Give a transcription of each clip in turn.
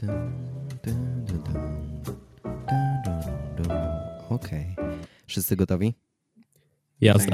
Okej. Wszyscy gotowi? Jazda.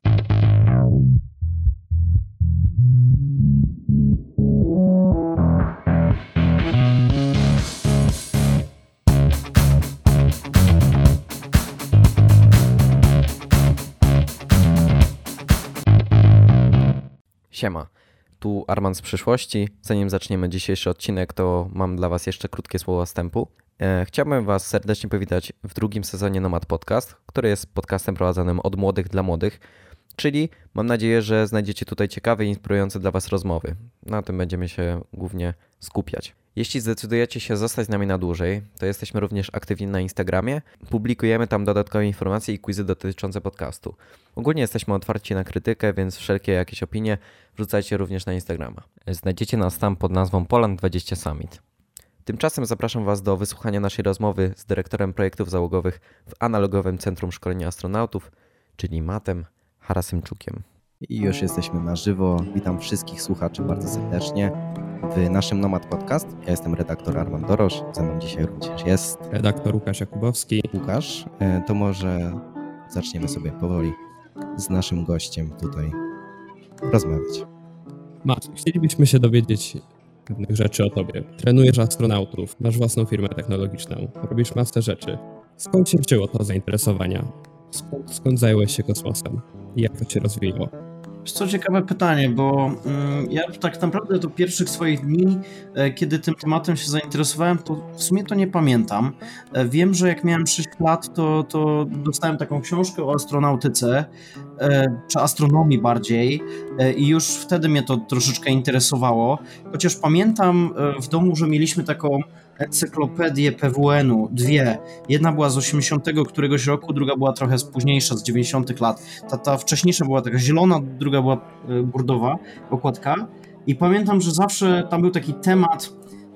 Siema, tu Arman z przyszłości. Zanim zaczniemy dzisiejszy odcinek, to mam dla Was jeszcze krótkie słowo wstępu. Chciałbym Was serdecznie powitać w drugim sezonie Nomad Podcast, który jest podcastem prowadzonym od młodych dla młodych, czyli mam nadzieję, że znajdziecie tutaj ciekawe i inspirujące dla Was rozmowy. Na tym będziemy się głównie skupiać. Jeśli zdecydujecie się zostać z nami na dłużej, to jesteśmy również aktywni na Instagramie. Publikujemy tam dodatkowe informacje i quizy dotyczące podcastu. Ogólnie jesteśmy otwarci na krytykę, więc wszelkie jakieś opinie wrzucajcie również na Instagrama. Znajdziecie nas tam pod nazwą Poland20 Summit. Tymczasem zapraszam Was do wysłuchania naszej rozmowy z dyrektorem projektów załogowych w Analogowym Centrum Szkolenia Astronautów, czyli Matem Harasymczukiem. I już jesteśmy na żywo. Witam wszystkich słuchaczy bardzo serdecznie w naszym Nomad Podcast. Ja jestem redaktor Arman Dorosz, ze mną dzisiaj również jest Redaktor Łukasz Jakubowski. Łukasz. To może zaczniemy sobie powoli z naszym gościem tutaj rozmawiać. Matt, chcielibyśmy się dowiedzieć pewnych rzeczy o tobie. Trenujesz astronautów, masz własną firmę technologiczną, robisz masę rzeczy. Skąd się wzięło to zainteresowania? Skąd zająłeś się kosmosem? I jak to się rozwijało? Wiesz co, ciekawe pytanie, bo ja tak naprawdę do pierwszych swoich dni, kiedy tym tematem się zainteresowałem, to w sumie to nie pamiętam. Wiem, że jak miałem 6 lat, to dostałem taką książkę o astronautyce, czy astronomii bardziej, i już wtedy mnie to troszeczkę interesowało. Chociaż pamiętam w domu, że mieliśmy taką encyklopedię PWN-u, dwie. Jedna była z 80 któregoś roku, druga była trochę późniejsza, z 90 lat. Ta wcześniejsza była taka zielona, druga była burdowa, okładka. I pamiętam, że zawsze tam był taki temat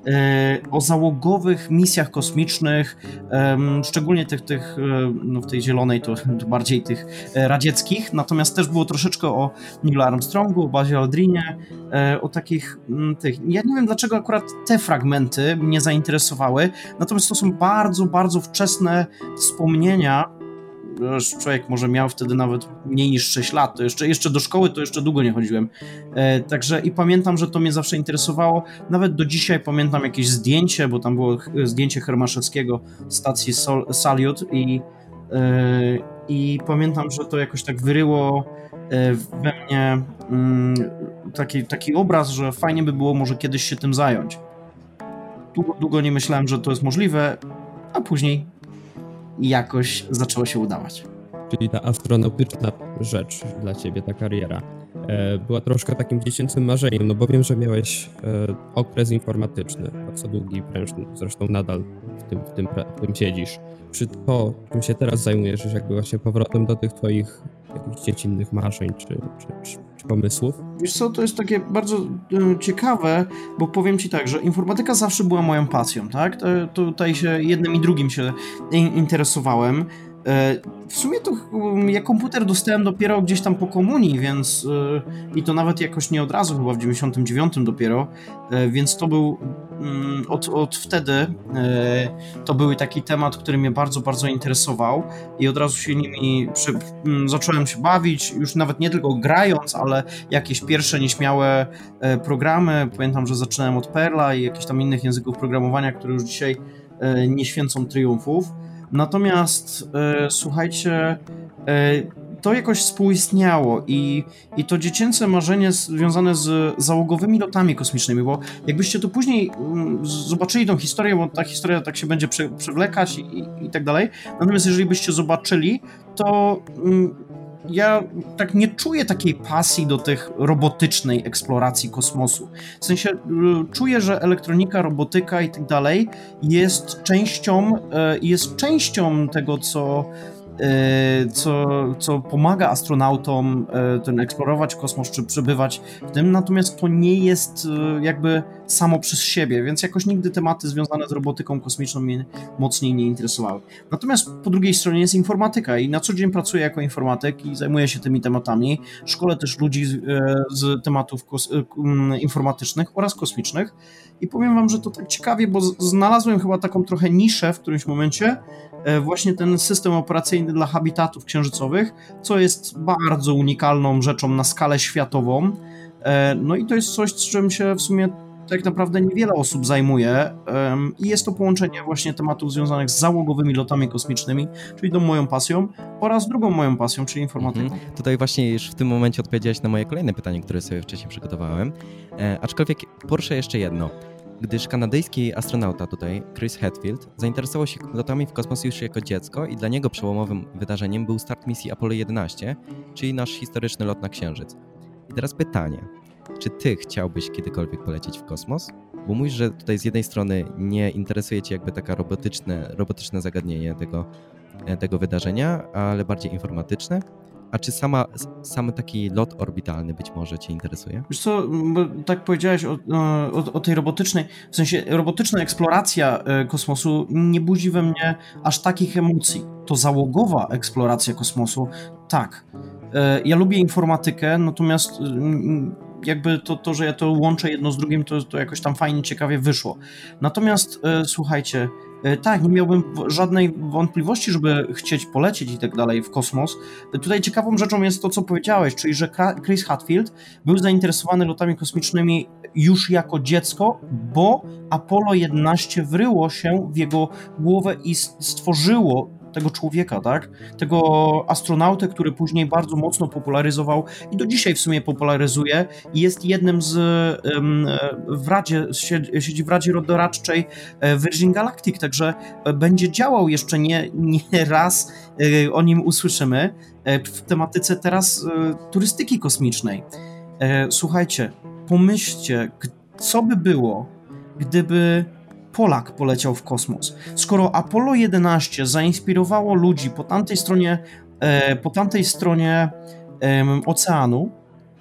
o załogowych misjach kosmicznych, szczególnie tych no w tej zielonej to bardziej tych radzieckich, natomiast też było troszeczkę o Neilu Armstrongu, o Buzzie Aldrinie, o takich tych. Ja nie wiem, dlaczego akurat te fragmenty mnie zainteresowały, natomiast to są bardzo, bardzo wczesne wspomnienia. Człowiek może miał wtedy nawet mniej niż 6 lat, to jeszcze do szkoły to jeszcze długo nie chodziłem. Także i pamiętam, że to mnie zawsze interesowało. Nawet do dzisiaj pamiętam jakieś zdjęcie, bo tam było zdjęcie Hermaszewskiego z stacji Salyut i pamiętam, że to jakoś tak wyryło we mnie taki obraz, że fajnie by było może kiedyś się tym zająć. Długo nie myślałem, że to jest możliwe, a później jakoś zaczęło się udawać. Czyli ta astronautyczna rzecz dla ciebie, ta kariera, była troszkę takim dziecięcym marzeniem, no bo wiem, że miałeś okres informatyczny, bardzo długi i prężny, zresztą nadal w tym siedzisz. Czy to, czym się teraz zajmujesz, jest jakby właśnie powrotem do tych twoich jakichś dziecinnych marzeń czy pomysłów? Wiesz co, to jest takie bardzo ciekawe, bo powiem ci tak, że informatyka zawsze była moją pasją, tak? Tutaj się jednym i drugim się interesowałem. W sumie to ja komputer dostałem dopiero gdzieś tam po komunii, więc i to nawet jakoś nie od razu, chyba w 99 dopiero, więc to był od wtedy to był taki temat, który mnie bardzo, bardzo interesował i od razu się nimi zacząłem się bawić, już nawet nie tylko grając, ale jakieś pierwsze nieśmiałe programy. Pamiętam, że zaczynałem od Perla i jakichś tam innych języków programowania, które już dzisiaj nie święcą triumfów. Natomiast słuchajcie, to jakoś współistniało i to dziecięce marzenie związane z załogowymi lotami kosmicznymi, bo jakbyście to później zobaczyli tą historię, bo ta historia tak się będzie przewlekać i tak dalej, natomiast jeżeli byście zobaczyli, to ja tak nie czuję takiej pasji do tych robotycznej eksploracji kosmosu. W sensie czuję, że elektronika, robotyka i tak dalej jest częścią tego, co pomaga astronautom eksplorować kosmos czy przebywać w tym, natomiast to nie jest jakby samo przez siebie, więc jakoś nigdy tematy związane z robotyką kosmiczną mnie mocniej nie interesowały. Natomiast po drugiej stronie jest informatyka i na co dzień pracuję jako informatyk i zajmuję się tymi tematami. Szkolę też ludzi z tematów informatycznych oraz kosmicznych i powiem wam, że to tak ciekawie, bo znalazłem chyba taką trochę niszę w którymś momencie, właśnie ten system operacyjny dla habitatów księżycowych, co jest bardzo unikalną rzeczą na skalę światową. No i to jest coś, z czym się w sumie tak naprawdę niewiele osób zajmuje i jest to połączenie właśnie tematów związanych z załogowymi lotami kosmicznymi, czyli tą moją pasją, oraz drugą moją pasją, czyli informatyką. Tutaj właśnie już w tym momencie odpowiedziałeś na moje kolejne pytanie, które sobie wcześniej przygotowałem. Aczkolwiek poruszę jeszcze jedno. Gdyż kanadyjski astronauta tutaj, Chris Hadfield, zainteresował się lotami w kosmos już jako dziecko i dla niego przełomowym wydarzeniem był start misji Apollo 11, czyli nasz historyczny lot na Księżyc. I teraz pytanie, czy ty chciałbyś kiedykolwiek polecieć w kosmos? Bo mówisz, że tutaj z jednej strony nie interesuje cię jakby taka robotyczne zagadnienie tego wydarzenia, ale bardziej informatyczne. A czy sam taki lot orbitalny być może cię interesuje? Wiesz co, bo tak powiedziałeś o tej robotycznej, w sensie robotyczna eksploracja kosmosu nie budzi we mnie aż takich emocji. To załogowa eksploracja kosmosu, tak. Ja lubię informatykę, natomiast jakby to, że ja to łączę jedno z drugim, to jakoś tam fajnie, ciekawie wyszło. Natomiast słuchajcie, tak, nie miałbym żadnej wątpliwości, żeby chcieć polecieć i tak dalej w kosmos. Tutaj ciekawą rzeczą jest to, co powiedziałeś, czyli że Chris Hadfield był zainteresowany lotami kosmicznymi już jako dziecko, bo Apollo 11 wryło się w jego głowę i stworzyło tego człowieka, tak? Tego astronautę, który później bardzo mocno popularyzował i do dzisiaj w sumie popularyzuje i jest jednym z siedzi w Radzie Doradczej Virgin Galactic, także będzie działał jeszcze nie raz, o nim usłyszymy w tematyce teraz turystyki kosmicznej. Słuchajcie, pomyślcie, co by było, gdyby Polak poleciał w kosmos. Skoro Apollo 11 zainspirowało ludzi po tamtej stronie oceanu,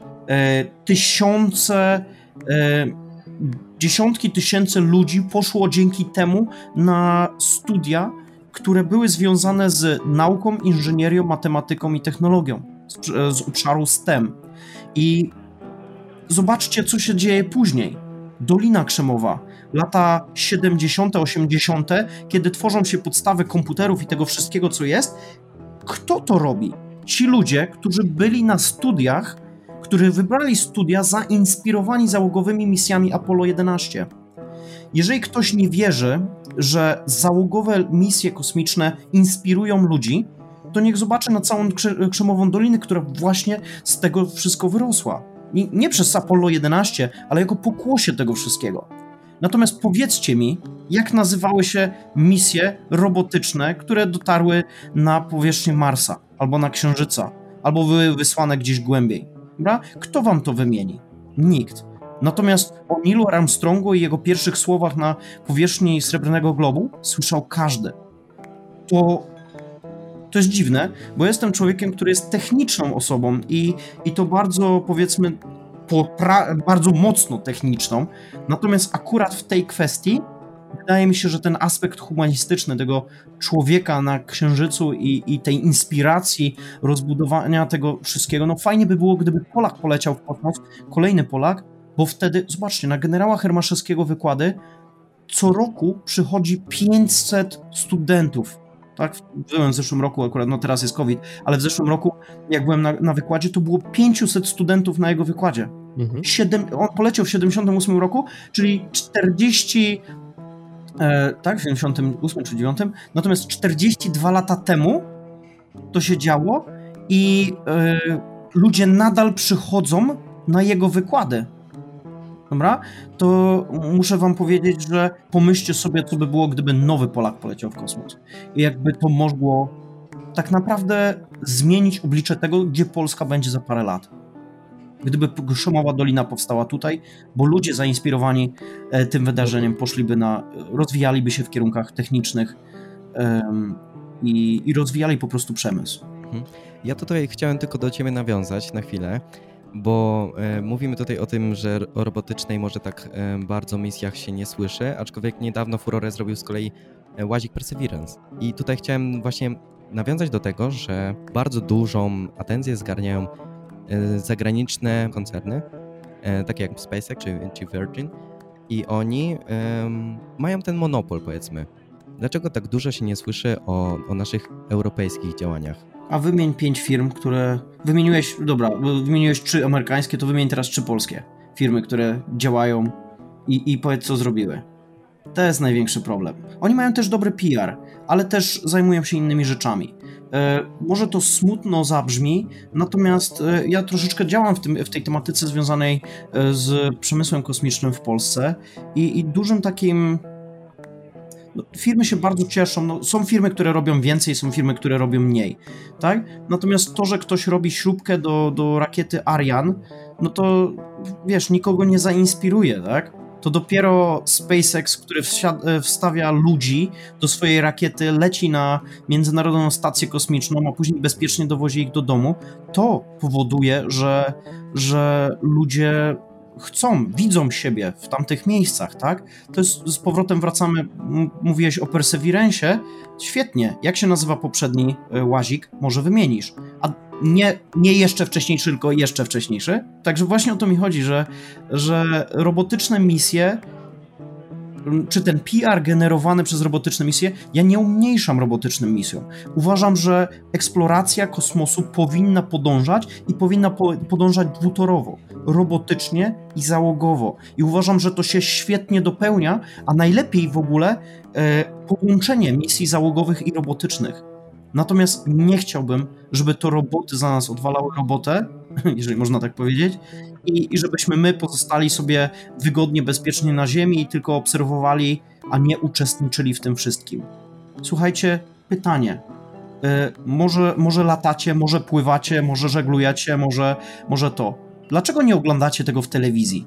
dziesiątki tysięcy ludzi poszło dzięki temu na studia, które były związane z nauką, inżynierią, matematyką i technologią z obszaru STEM. I zobaczcie, co się dzieje później. Dolina Krzemowa, lata 70., 80., kiedy tworzą się podstawy komputerów i tego wszystkiego, co jest. Kto to robi? Ci ludzie, którzy byli na studiach, którzy wybrali studia zainspirowani załogowymi misjami Apollo 11. Jeżeli ktoś nie wierzy, że załogowe misje kosmiczne inspirują ludzi, to niech zobaczy na całą Krzemową Dolinę, która właśnie z tego wszystko wyrosła. Nie przez Apollo 11, ale jako pokłosie tego wszystkiego. Natomiast powiedzcie mi, jak nazywały się misje robotyczne, które dotarły na powierzchnię Marsa, albo na Księżyca, albo były wysłane gdzieś głębiej. Dobra? Kto wam to wymieni? Nikt. Natomiast o Neilu Armstrongu i jego pierwszych słowach na powierzchni Srebrnego Globu słyszał każdy. To jest dziwne, bo jestem człowiekiem, który jest techniczną osobą i to bardzo, powiedzmy, bardzo mocno techniczną. Natomiast akurat w tej kwestii wydaje mi się, że ten aspekt humanistyczny tego człowieka na Księżycu i tej inspiracji, rozbudowania tego wszystkiego, no fajnie by było, gdyby Polak poleciał w kosmos, kolejny Polak, bo wtedy, zobaczcie, na generała Hermaszewskiego wykłady co roku przychodzi 500 studentów. Tak, byłem w zeszłym roku akurat, no teraz jest COVID, ale w zeszłym roku, jak byłem na wykładzie, to było 500 studentów na jego wykładzie. On poleciał w 78 roku, czyli 40, tak, w 78 czy 9, natomiast 42 lata temu to się działo i ludzie nadal przychodzą na jego wykłady. Dobra? To muszę wam powiedzieć, że pomyślcie sobie, co by było, gdyby nowy Polak poleciał w kosmos. I jakby to mogło tak naprawdę zmienić oblicze tego, gdzie Polska będzie za parę lat. Gdyby Krzemowa Dolina powstała tutaj, bo ludzie zainspirowani tym wydarzeniem rozwijaliby się w kierunkach technicznych i rozwijali po prostu przemysł. Ja tutaj chciałem tylko do ciebie nawiązać na chwilę, bo mówimy tutaj o tym, że o robotycznej może tak bardzo misjach się nie słyszy, aczkolwiek niedawno furorę zrobił z kolei łazik Perseverance. I tutaj chciałem właśnie nawiązać do tego, że bardzo dużą atencję zgarniają zagraniczne koncerny, takie jak SpaceX czy Virgin, i oni mają ten monopol, powiedzmy. Dlaczego tak dużo się nie słyszy o naszych europejskich działaniach? A wymień 5 firm, które... wymieniłeś 3 amerykańskie, to wymień teraz 3 polskie firmy, które działają i powiedz, co zrobiły. To jest największy problem. Oni mają też dobry PR, ale też zajmują się innymi rzeczami. Może to smutno zabrzmi, natomiast ja troszeczkę działam w tej tematyce związanej z przemysłem kosmicznym w Polsce i dużym takim... firmy się bardzo cieszą, są firmy, które robią więcej, są firmy, które robią mniej, tak? Natomiast to, że ktoś robi śrubkę do rakiety Ariane, no to wiesz, nikogo nie zainspiruje, tak? To dopiero SpaceX, który wstawia ludzi do swojej rakiety, leci na Międzynarodową Stację Kosmiczną, a później bezpiecznie dowozi ich do domu, to powoduje, że ludzie widzą siebie w tamtych miejscach, tak? To jest, z powrotem wracamy, mówiłeś o Perseverance'ie, świetnie, jak się nazywa poprzedni łazik, może wymienisz, a nie jeszcze wcześniejszy, tylko jeszcze wcześniejszy, także właśnie o to mi chodzi, że robotyczne misje, czy ten PR generowany przez robotyczne misje, ja nie umniejszam robotycznym misjom. Uważam, że eksploracja kosmosu powinna podążać i powinna podążać dwutorowo, robotycznie i załogowo. I uważam, że to się świetnie dopełnia, a najlepiej w ogóle połączenie misji załogowych i robotycznych. Natomiast nie chciałbym, żeby to roboty za nas odwalały robotę, jeżeli można tak powiedzieć, i żebyśmy my pozostali sobie wygodnie, bezpiecznie na ziemi i tylko obserwowali, a nie uczestniczyli w tym wszystkim. Słuchajcie, pytanie. Może latacie, może pływacie, może żeglujecie, może to. Dlaczego nie oglądacie tego w telewizji?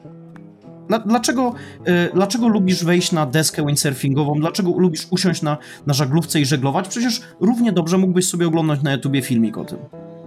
Dlaczego lubisz wejść na deskę windsurfingową? Dlaczego lubisz usiąść na żaglówce i żeglować? Przecież równie dobrze mógłbyś sobie oglądać na YouTubie filmik o tym.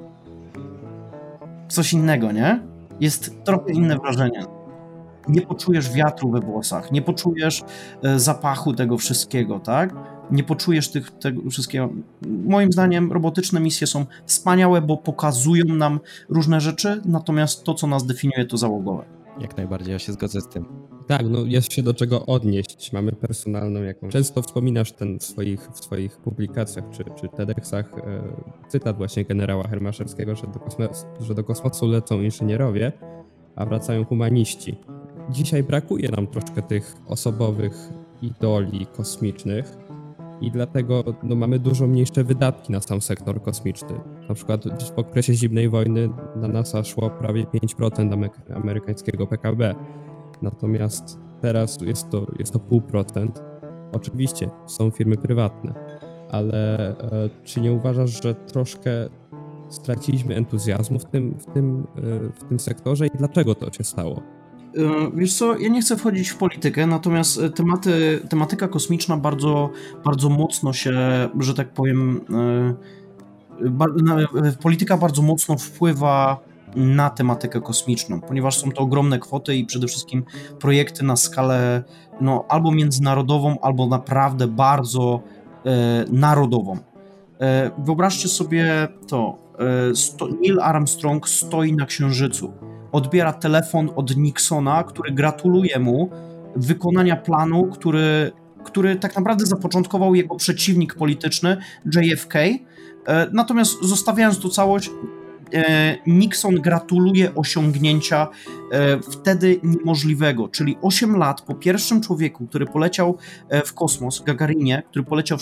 Coś innego, nie? Jest trochę inne wrażenie. Nie poczujesz wiatru we włosach, nie poczujesz zapachu tego wszystkiego, tak? Nie poczujesz tego wszystkiego. Moim zdaniem robotyczne misje są wspaniałe, bo pokazują nam różne rzeczy, natomiast to, co nas definiuje, to załogowe. Jak najbardziej, ja się zgodzę z tym. Tak, no jest się do czego odnieść. Mamy personalną jakąś... Często wspominasz w swoich publikacjach czy TEDxach cytat właśnie generała Hermaszewskiego, że do kosmosu lecą inżynierowie, a wracają humaniści. Dzisiaj brakuje nam troszkę tych osobowych idoli kosmicznych i dlatego mamy dużo mniejsze wydatki na sam sektor kosmiczny. Na przykład w okresie zimnej wojny na NASA szło prawie 5% amerykańskiego PKB. Natomiast teraz jest to 0,5%. Oczywiście są firmy prywatne, ale czy nie uważasz, że troszkę straciliśmy entuzjazmu w tym sektorze i dlaczego to się stało? Wiesz co, ja nie chcę wchodzić w politykę, natomiast tematyka kosmiczna bardzo, bardzo mocno się, że tak powiem, polityka bardzo mocno wpływa na tematykę kosmiczną, ponieważ są to ogromne kwoty i przede wszystkim projekty na skalę albo międzynarodową, albo naprawdę bardzo narodową. Wyobraźcie sobie to, Neil Armstrong stoi na Księżycu, odbiera telefon od Nixona, który gratuluje mu wykonania planu, który tak naprawdę zapoczątkował jego przeciwnik polityczny JFK. Natomiast zostawiając tu całość, Nixon gratuluje osiągnięcia wtedy niemożliwego, czyli 8 lat po pierwszym człowieku, który poleciał w kosmos, Gagarinie, który poleciał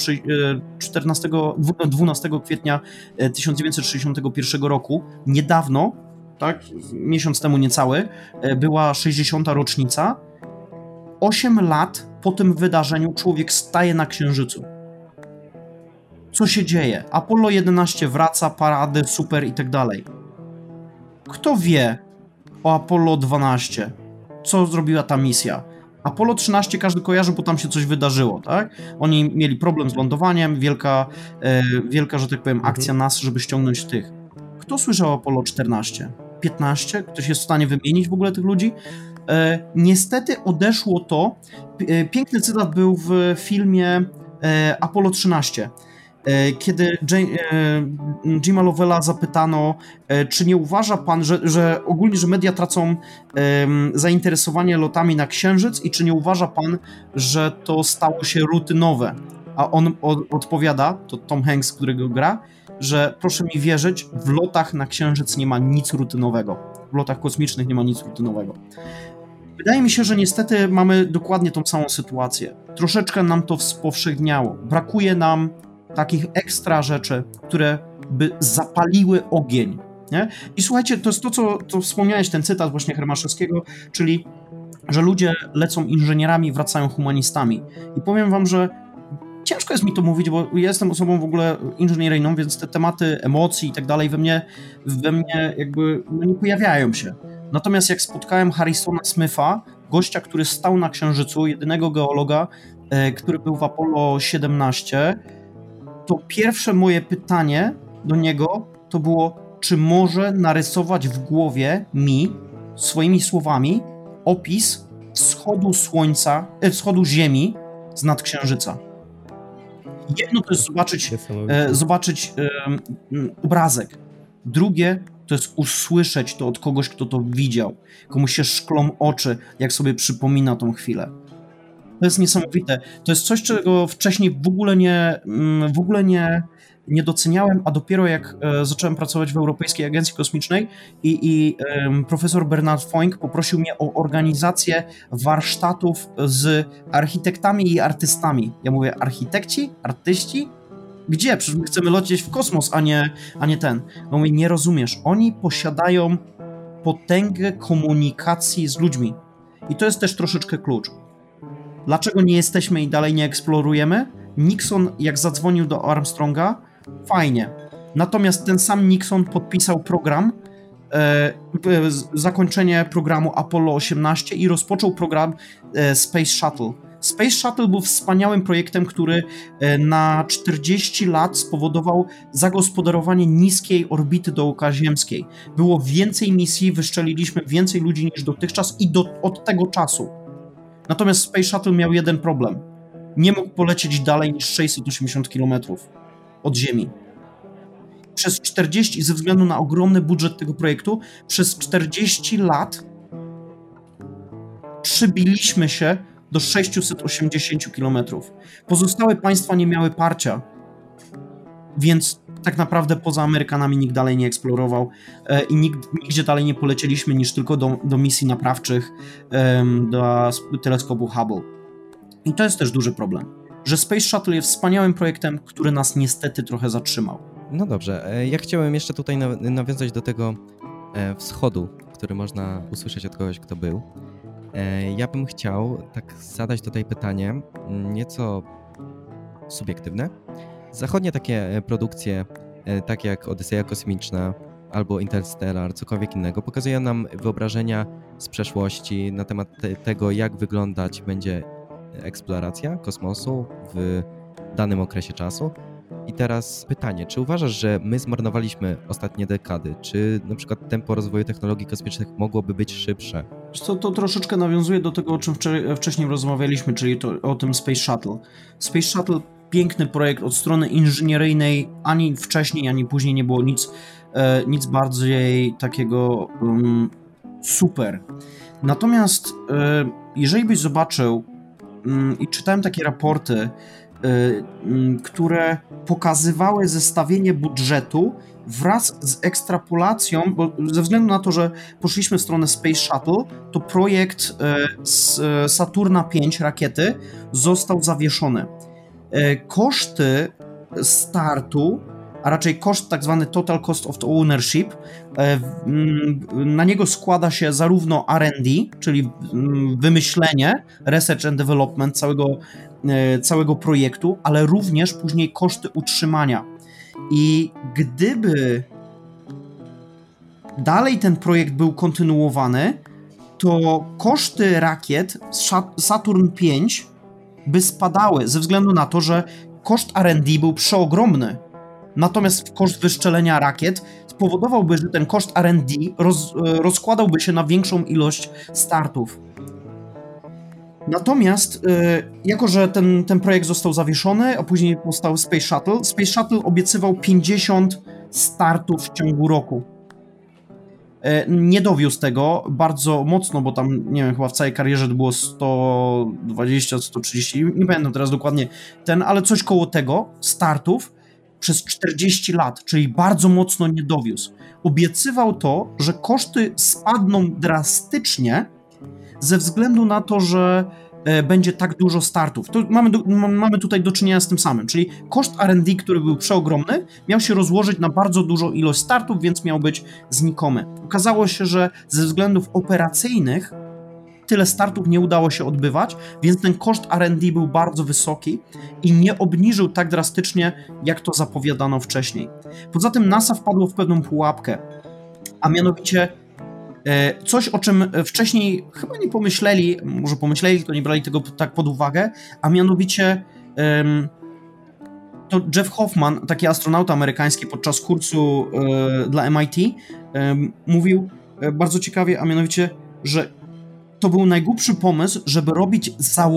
12 kwietnia 1961 roku, niedawno, tak, miesiąc temu niecały, była 60. rocznica. 8 lat po tym wydarzeniu człowiek staje na Księżycu. Co się dzieje? Apollo 11 wraca, parady, super i tak dalej. Kto wie o Apollo 12? Co zrobiła ta misja? Apollo 13 każdy kojarzy, bo tam się coś wydarzyło, tak? Oni mieli problem z lądowaniem, wielka, że tak powiem, akcja NASA, żeby ściągnąć tych. Kto słyszał o Apollo 14? 15, ktoś jest w stanie wymienić w ogóle tych ludzi. Niestety odeszło to, piękny cytat był w filmie Apollo 13, kiedy Jima Lovella zapytano, czy nie uważa pan, że ogólnie, że media tracą zainteresowanie lotami na Księżyc i czy nie uważa pan, że to stało się rutynowe? A on odpowiada, to Tom Hanks, którego gra, że proszę mi wierzyć, w lotach na Księżyc nie ma nic rutynowego. W lotach kosmicznych nie ma nic rutynowego. Wydaje mi się, że niestety mamy dokładnie tą samą sytuację. Troszeczkę nam to spowszechniało. Brakuje nam takich ekstra rzeczy, które by zapaliły ogień. Nie? I słuchajcie, to jest to, co wspomniałeś, ten cytat właśnie Hermaszewskiego, czyli, że ludzie lecą inżynierami, wracają humanistami. I powiem wam, że ciężko jest mi to mówić, bo ja jestem osobą w ogóle inżynieryjną, więc te tematy emocji i tak dalej we mnie jakby nie pojawiają się. Natomiast jak spotkałem Harrisona Smitha, gościa, który stał na Księżycu, jedynego geologa, który był w Apollo 17, to pierwsze moje pytanie do niego to było, czy może narysować w głowie mi, swoimi słowami, opis wschodu Ziemi z nad Księżyca. Jedno to jest zobaczyć obrazek. Drugie to jest usłyszeć to od kogoś, kto to widział. Komuś się szklą oczy, jak sobie przypomina tą chwilę. To jest niesamowite. To jest coś, czego wcześniej w ogóle nie doceniałem, a dopiero jak zacząłem pracować w Europejskiej Agencji Kosmicznej i profesor Bernard Foink poprosił mnie o organizację warsztatów z architektami i artystami. Ja mówię, architekci? Artyści? Gdzie? Przecież my chcemy lecieć w kosmos, a nie ten. On mówi, nie rozumiesz. Oni posiadają potęgę komunikacji z ludźmi. I to jest też troszeczkę klucz. Dlaczego nie jesteśmy i dalej nie eksplorujemy? Nixon, jak zadzwonił do Armstronga, fajnie. Natomiast ten sam Nixon podpisał program, zakończenie programu Apollo 18 i rozpoczął program Space Shuttle. Space Shuttle był wspaniałym projektem, który na 40 lat spowodował zagospodarowanie niskiej orbity dookoła ziemskiej. Było więcej misji, wyszczeliliśmy więcej ludzi niż dotychczas i od tego czasu. Natomiast Space Shuttle miał jeden problem. Nie mógł polecieć dalej niż 680 km od Ziemi. Przez 40, ze względu na ogromny budżet tego projektu, przez 40 lat przybiliśmy się do 680 km. Pozostałe państwa nie miały parcia, więc tak naprawdę poza Amerykanami nikt dalej nie eksplorował i nigdzie dalej nie polecieliśmy niż tylko do misji naprawczych, do teleskopu Hubble. I to jest też duży problem, że Space Shuttle jest wspaniałym projektem, który nas niestety trochę zatrzymał. No dobrze, ja chciałem jeszcze tutaj nawiązać do tego wschodu, który można usłyszeć od kogoś, kto był. Ja bym chciał tak zadać tutaj pytanie nieco subiektywne. Zachodnie takie produkcje, takie jak Odyseja Kosmiczna albo Interstellar, cokolwiek innego, pokazują nam wyobrażenia z przeszłości na temat tego, jak wyglądać będzie eksploracja kosmosu w danym okresie czasu. I teraz pytanie, czy uważasz, że my zmarnowaliśmy ostatnie dekady? Czy na przykład tempo rozwoju technologii kosmicznych mogłoby być szybsze? To troszeczkę nawiązuje do tego, o czym wcześniej rozmawialiśmy, czyli o tym Space Shuttle. Space Shuttle, piękny projekt od strony inżynieryjnej, ani wcześniej, ani później nie było nic bardziej takiego super. Natomiast jeżeli byś zobaczył i czytałem takie raporty, które pokazywały zestawienie budżetu wraz z ekstrapolacją, bo ze względu na to, że poszliśmy w stronę Space Shuttle, to projekt z Saturna 5 rakiety został zawieszony. Koszty startu, a raczej koszt tak zwany Total Cost of Ownership, na niego składa się zarówno R&D, czyli wymyślenie, Research and Development całego projektu, ale również później koszty utrzymania. I gdyby dalej ten projekt był kontynuowany, to koszty rakiet Saturn V by spadały ze względu na to, że koszt R&D był przeogromny. Natomiast koszt wyszczelenia rakiet spowodowałby, że ten koszt R&D rozkładałby się na większą ilość startów. Natomiast, jako że ten projekt został zawieszony, a później powstał Space Shuttle obiecywał 50 startów w ciągu roku. Nie dowiózł tego bardzo mocno, bo tam, nie wiem, chyba w całej karierze to było 120, 130, nie pamiętam teraz dokładnie ale coś koło tego startów przez 40 lat, czyli bardzo mocno nie dowiózł. Obiecywał to, że koszty spadną drastycznie ze względu na to, że będzie tak dużo startów. To mamy tutaj do czynienia z tym samym, czyli koszt R&D, który był przeogromny, miał się rozłożyć na bardzo dużą ilość startów, więc miał być znikomy. Okazało się, że ze względów operacyjnych tyle startów nie udało się odbywać, więc ten koszt R&D był bardzo wysoki i nie obniżył tak drastycznie, jak to zapowiadano wcześniej. Poza tym NASA wpadło w pewną pułapkę, a mianowicie coś, o czym wcześniej chyba nie pomyśleli, może pomyśleli, tylko nie brali tego tak pod uwagę, a mianowicie to Jeff Hoffman, taki astronauta amerykański podczas kursu dla MIT, mówił bardzo ciekawie, a mianowicie, że to był najgłupszy pomysł, żeby robić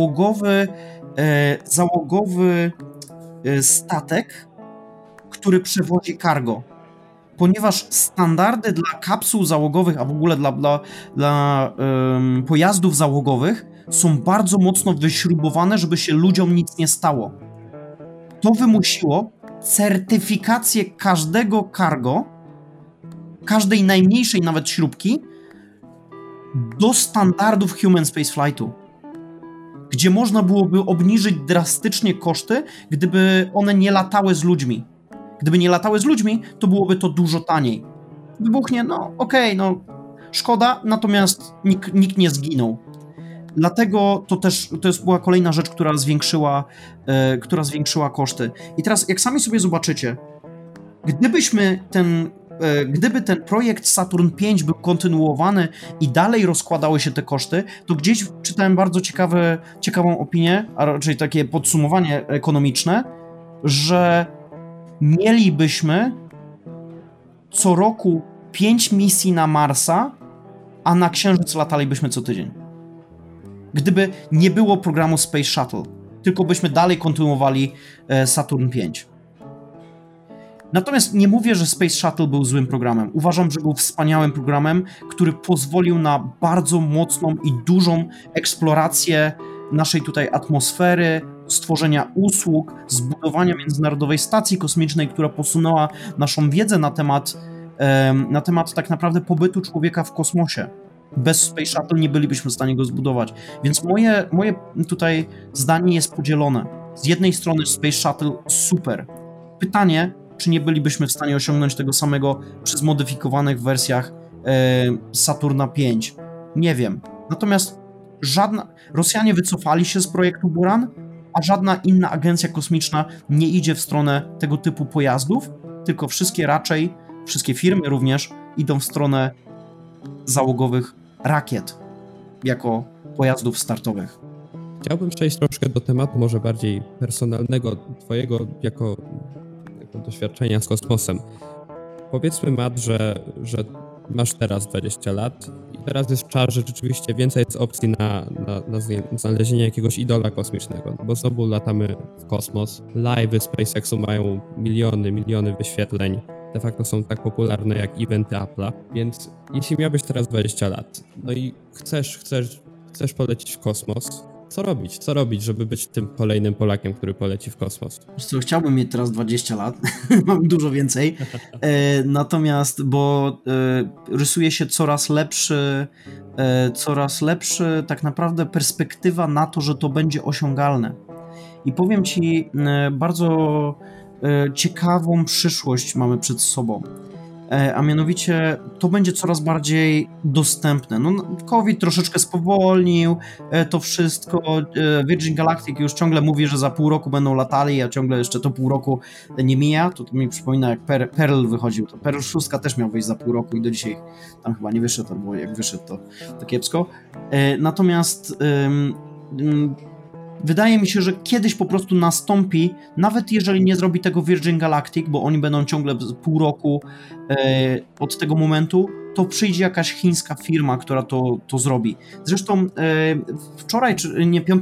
załogowy statek, który przewozi cargo. Ponieważ standardy dla kapsuł załogowych, a w ogóle dla pojazdów załogowych są bardzo mocno wyśrubowane, żeby się ludziom nic nie stało. To wymusiło certyfikację każdego cargo, każdej najmniejszej nawet śrubki, do standardów human spaceflightu, gdzie można byłoby obniżyć drastycznie koszty, gdyby one nie latały z ludźmi. Gdyby nie latały z ludźmi, to byłoby to dużo taniej. Wybuchnie, szkoda, natomiast nikt nie zginął. Dlatego to była kolejna rzecz, która zwiększyła koszty. I teraz, jak sami sobie zobaczycie, gdyby ten projekt Saturn V był kontynuowany i dalej rozkładały się te koszty, to gdzieś czytałem bardzo ciekawą opinię, a raczej takie podsumowanie ekonomiczne, że mielibyśmy co roku 5 misji na Marsa, a na Księżyc latalibyśmy co tydzień. Gdyby nie było programu Space Shuttle, tylko byśmy dalej kontynuowali Saturn V. Natomiast nie mówię, że Space Shuttle był złym programem. Uważam, że był wspaniałym programem, który pozwolił na bardzo mocną i dużą eksplorację naszej tutaj atmosfery, stworzenia usług, zbudowania Międzynarodowej Stacji Kosmicznej, która posunęła naszą wiedzę na temat tak naprawdę pobytu człowieka w kosmosie. Bez Space Shuttle nie bylibyśmy w stanie go zbudować. Więc moje tutaj zdanie jest podzielone. Z jednej strony Space Shuttle super. Pytanie, czy nie bylibyśmy w stanie osiągnąć tego samego przy zmodyfikowanych wersjach Saturna V? Nie wiem. Natomiast Rosjanie wycofali się z projektu Buran, a żadna inna agencja kosmiczna nie idzie w stronę tego typu pojazdów, tylko wszystkie firmy również idą w stronę załogowych rakiet jako pojazdów startowych. Chciałbym przejść troszkę do tematu może bardziej personalnego, twojego jako doświadczenia z kosmosem. Powiedzmy, Matt, że masz teraz 20 lat i teraz jest czas, że rzeczywiście więcej jest opcji na znalezienie jakiegoś idola kosmicznego, bo znowu latamy w kosmos. Live'y SpaceXu mają miliony wyświetleń. De facto są tak popularne jak eventy Apple'a, więc jeśli miałbyś teraz 20 lat, no i chcesz polecieć w kosmos, co robić, żeby być tym kolejnym Polakiem, który poleci w kosmos? Wiesz co, chciałbym mieć teraz 20 lat, mam dużo więcej, natomiast, bo rysuje się coraz lepszy tak naprawdę perspektywa na to, że to będzie osiągalne. I powiem Ci, bardzo ciekawą przyszłość mamy przed sobą. A mianowicie to będzie coraz bardziej dostępne. COVID troszeczkę spowolnił to wszystko. Virgin Galactic już ciągle mówi, że za pół roku będą latali, a ciągle jeszcze to pół roku nie mija. To mi przypomina, jak Pearl wychodził. To Pearl 6 też miał wyjść za pół roku i do dzisiaj tam chyba nie wyszedł, albo jak wyszedł, to kiepsko. Natomiast Wydaje mi się, że kiedyś po prostu nastąpi, nawet jeżeli nie zrobi tego Virgin Galactic, bo oni będą ciągle pół roku od tego momentu, to przyjdzie jakaś chińska firma, która to zrobi. Zresztą wczoraj, czy nie, 5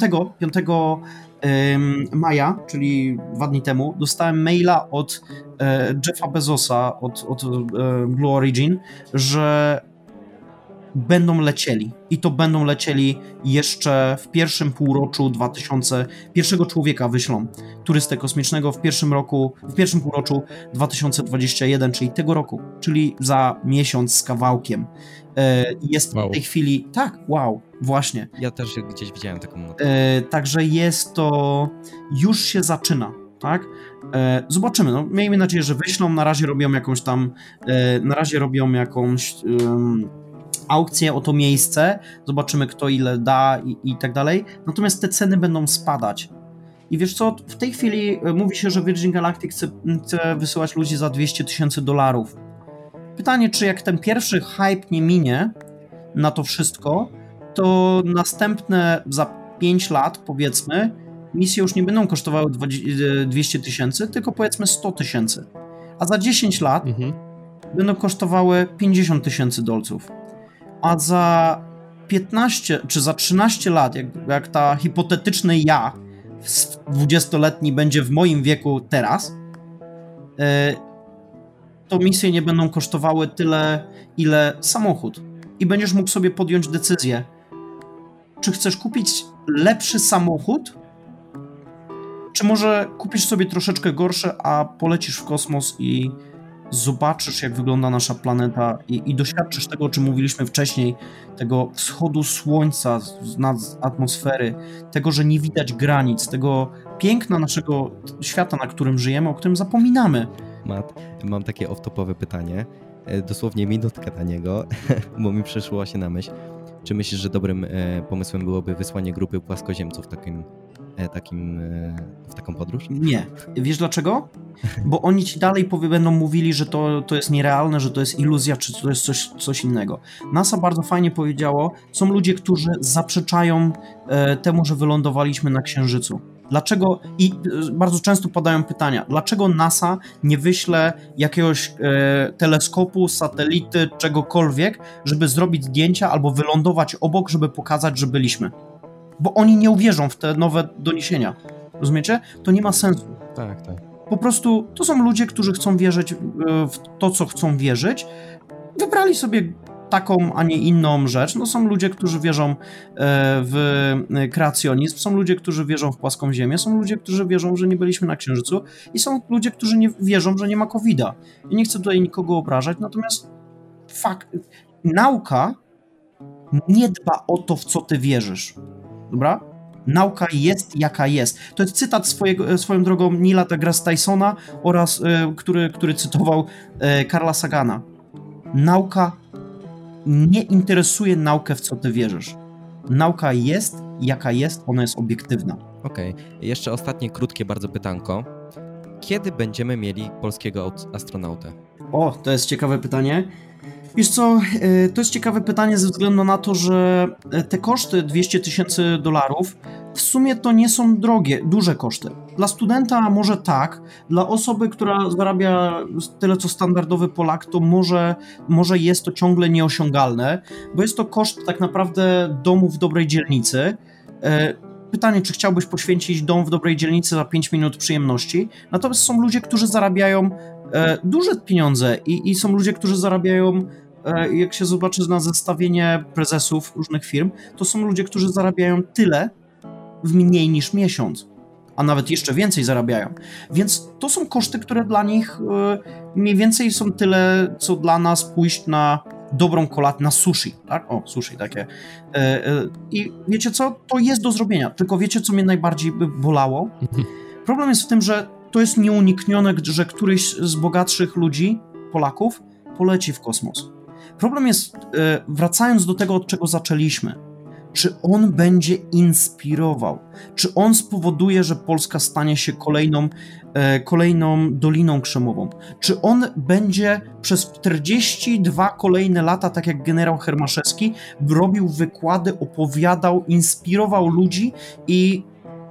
maja, czyli 2 dni temu, dostałem maila od Jeffa Bezosa, od Blue Origin, że będą lecieli. I to będą lecieli jeszcze w pierwszym półroczu pierwszego człowieka wyślą turystę kosmicznego w pierwszym półroczu 2021, czyli tego roku, czyli za miesiąc z kawałkiem. Jest w tej chwili... Tak, wow, właśnie. Ja też gdzieś widziałem taką notę. Także jest to... Już się zaczyna, tak? Zobaczymy, no, miejmy nadzieję, że wyślą. Na razie robią jakąś aukcję o to miejsce, zobaczymy kto ile da i tak dalej, natomiast te ceny będą spadać. I wiesz co, w tej chwili mówi się, że Virgin Galactic chce wysyłać ludzi za $200,000. Pytanie, czy jak ten pierwszy hype nie minie na to wszystko, to następne za 5 lat, powiedzmy, misje już nie będą kosztowały 200,000, tylko powiedzmy 100,000. A za 10 lat będą kosztowały $50,000. A za 15 czy za 13 lat, jak ta hipotetyczny ja, 20-letni, będzie w moim wieku teraz, to misje nie będą kosztowały tyle, ile samochód. I będziesz mógł sobie podjąć decyzję, czy chcesz kupić lepszy samochód, czy może kupisz sobie troszeczkę gorszy, a polecisz w kosmos i zobaczysz, jak wygląda nasza planeta i doświadczysz tego, o czym mówiliśmy wcześniej, tego wschodu słońca nad atmosfery, tego, że nie widać granic, tego piękna naszego świata, na którym żyjemy, o którym zapominamy. Matt, mam takie off-topowe pytanie, dosłownie minutkę na niego, bo mi przyszło się na myśl. Czy myślisz, że dobrym pomysłem byłoby wysłanie grupy płaskoziemców w taką podróż? Nie. Wiesz dlaczego? Bo oni ci dalej będą mówili, że to jest nierealne, że to jest iluzja, czy to jest coś innego. NASA bardzo fajnie powiedziało, są ludzie, którzy zaprzeczają temu, że wylądowaliśmy na Księżycu. Dlaczego, i bardzo często padają pytania, dlaczego NASA nie wyśle jakiegoś teleskopu, satelity, czegokolwiek, żeby zrobić zdjęcia albo wylądować obok, żeby pokazać, że byliśmy? Bo oni nie uwierzą w te nowe doniesienia. Rozumiecie? To nie ma sensu. Tak. Po prostu to są ludzie, którzy chcą wierzyć w to, co chcą wierzyć. Wybrali sobie taką, a nie inną rzecz. No są ludzie, którzy wierzą w kreacjonizm, są ludzie, którzy wierzą w płaską ziemię, są ludzie, którzy wierzą, że nie byliśmy na Księżycu i są ludzie, którzy nie wierzą, że nie ma COVID-a. Ja nie chcę tutaj nikogo obrażać, natomiast nauka nie dba o to, w co ty wierzysz. Dobra? Nauka jest jaka jest. To jest cytat swoją drogą Neila deGrasse Tysona oraz, który cytował Carla Sagana. Nauka nie interesuje naukę, w co ty wierzysz. Nauka jest jaka jest, ona jest obiektywna. Okej. Jeszcze ostatnie krótkie bardzo pytanko. Kiedy będziemy mieli polskiego astronautę? O, to jest ciekawe pytanie. Wiesz co, to jest ciekawe pytanie ze względu na to, że te koszty $200,000 w sumie to nie są duże koszty. Dla studenta może tak, dla osoby, która zarabia tyle co standardowy Polak, to może jest to ciągle nieosiągalne, bo jest to koszt tak naprawdę domu w dobrej dzielnicy. Pytanie, czy chciałbyś poświęcić dom w dobrej dzielnicy za 5 minut przyjemności? Natomiast są ludzie, którzy zarabiają duże pieniądze i są ludzie, którzy zarabiają, jak się zobaczy na zestawienie prezesów różnych firm, to są ludzie, którzy zarabiają tyle w mniej niż miesiąc, a nawet jeszcze więcej zarabiają. Więc to są koszty, które dla nich mniej więcej są tyle, co dla nas pójść na dobrą kolację, na sushi, tak? O, sushi takie. I wiecie co? To jest do zrobienia, tylko wiecie, co mnie najbardziej by bolało? Problem jest w tym, że to jest nieuniknione, że któryś z bogatszych ludzi, Polaków, poleci w kosmos. Problem jest, wracając do tego, od czego zaczęliśmy, czy on będzie inspirował? Czy on spowoduje, że Polska stanie się kolejną Doliną Krzemową? Czy on będzie przez 42 kolejne lata, tak jak generał Hermaszewski, robił wykłady, opowiadał, inspirował ludzi i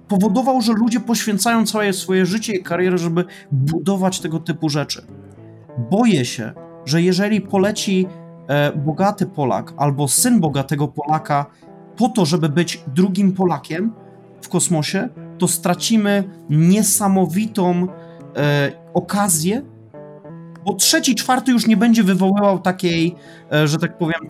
powodował, że ludzie poświęcają całe swoje życie i karierę, żeby budować tego typu rzeczy. Boję się, że jeżeli poleci bogaty Polak albo syn bogatego Polaka po to, żeby być drugim Polakiem w kosmosie, to stracimy niesamowitą okazję, bo trzeci, czwarty już nie będzie wywoływał takiej, że tak powiem,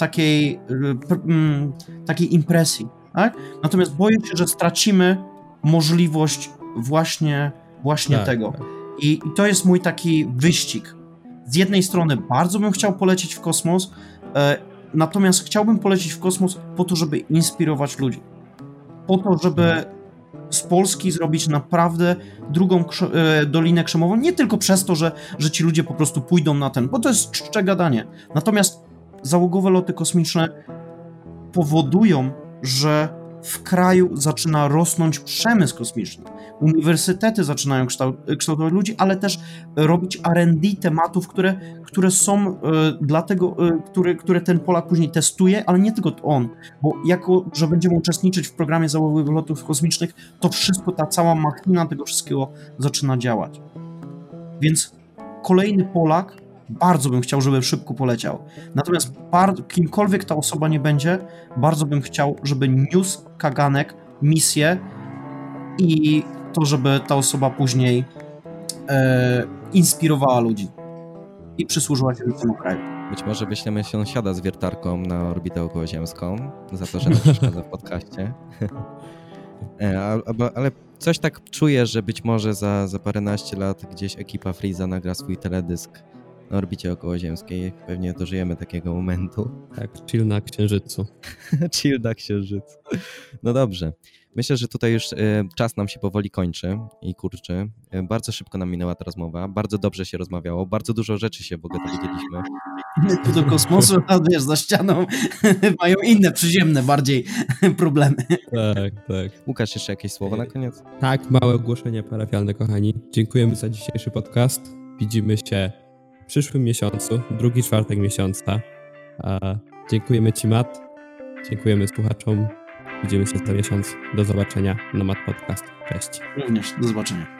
takiej impresji. Tak? Natomiast boję się, że stracimy możliwość właśnie tak, tego. Tak. I to jest mój taki wyścig. Z jednej strony bardzo bym chciał polecieć w kosmos, natomiast chciałbym polecieć w kosmos po to, żeby inspirować ludzi. Po to, żeby z Polski zrobić naprawdę drugą Dolinę Krzemową, nie tylko przez to, że ci ludzie po prostu pójdą na ten, bo to jest czcze gadanie. Natomiast załogowe loty kosmiczne powodują, że w kraju zaczyna rosnąć przemysł kosmiczny. Uniwersytety zaczynają kształtować ludzi, ale też robić R&D tematów, które są dlatego, które ten Polak później testuje, ale nie tylko on, bo jako, że będziemy uczestniczyć w programie załogowych lotów kosmicznych, to wszystko, ta cała machina tego wszystkiego zaczyna działać. Więc kolejny Polak, bardzo bym chciał, żeby szybko poleciał. Natomiast kimkolwiek ta osoba nie będzie, bardzo bym chciał, żeby niósł kaganek, misję i to, żeby ta osoba później inspirowała ludzi i przysłużyła się temu kraju. Być może wyślemy sąsiada z wiertarką na orbitę okołoziemską za to, że nam przeszkadza w podcaście. Ale coś tak czuję, że być może za paręnaście lat gdzieś ekipa Freeza nagra swój teledysk na orbicie okołoziemskiej. Pewnie dożyjemy takiego momentu. Tak, chill na Księżycu. Chill na Księżycu. No dobrze. Myślę, że tutaj już czas nam się powoli kończy i kurczy. Bardzo szybko nam minęła ta rozmowa. Bardzo dobrze się rozmawiało. Bardzo dużo rzeczy się w ogóle dowiedzieliśmy. My tu do kosmosu, a wiesz, za ścianą mają inne, przyziemne bardziej problemy. Tak. Łukasz, jeszcze jakieś słowo na koniec? Tak, małe ogłoszenie parafialne, kochani. Dziękujemy za dzisiejszy podcast. Widzimy się w przyszłym miesiącu, drugi czwartek miesiąca. Dziękujemy Ci, Matt. Dziękujemy słuchaczom. Widzimy się za miesiąc. Do zobaczenia na Matt Podcast. Cześć. Również, do zobaczenia.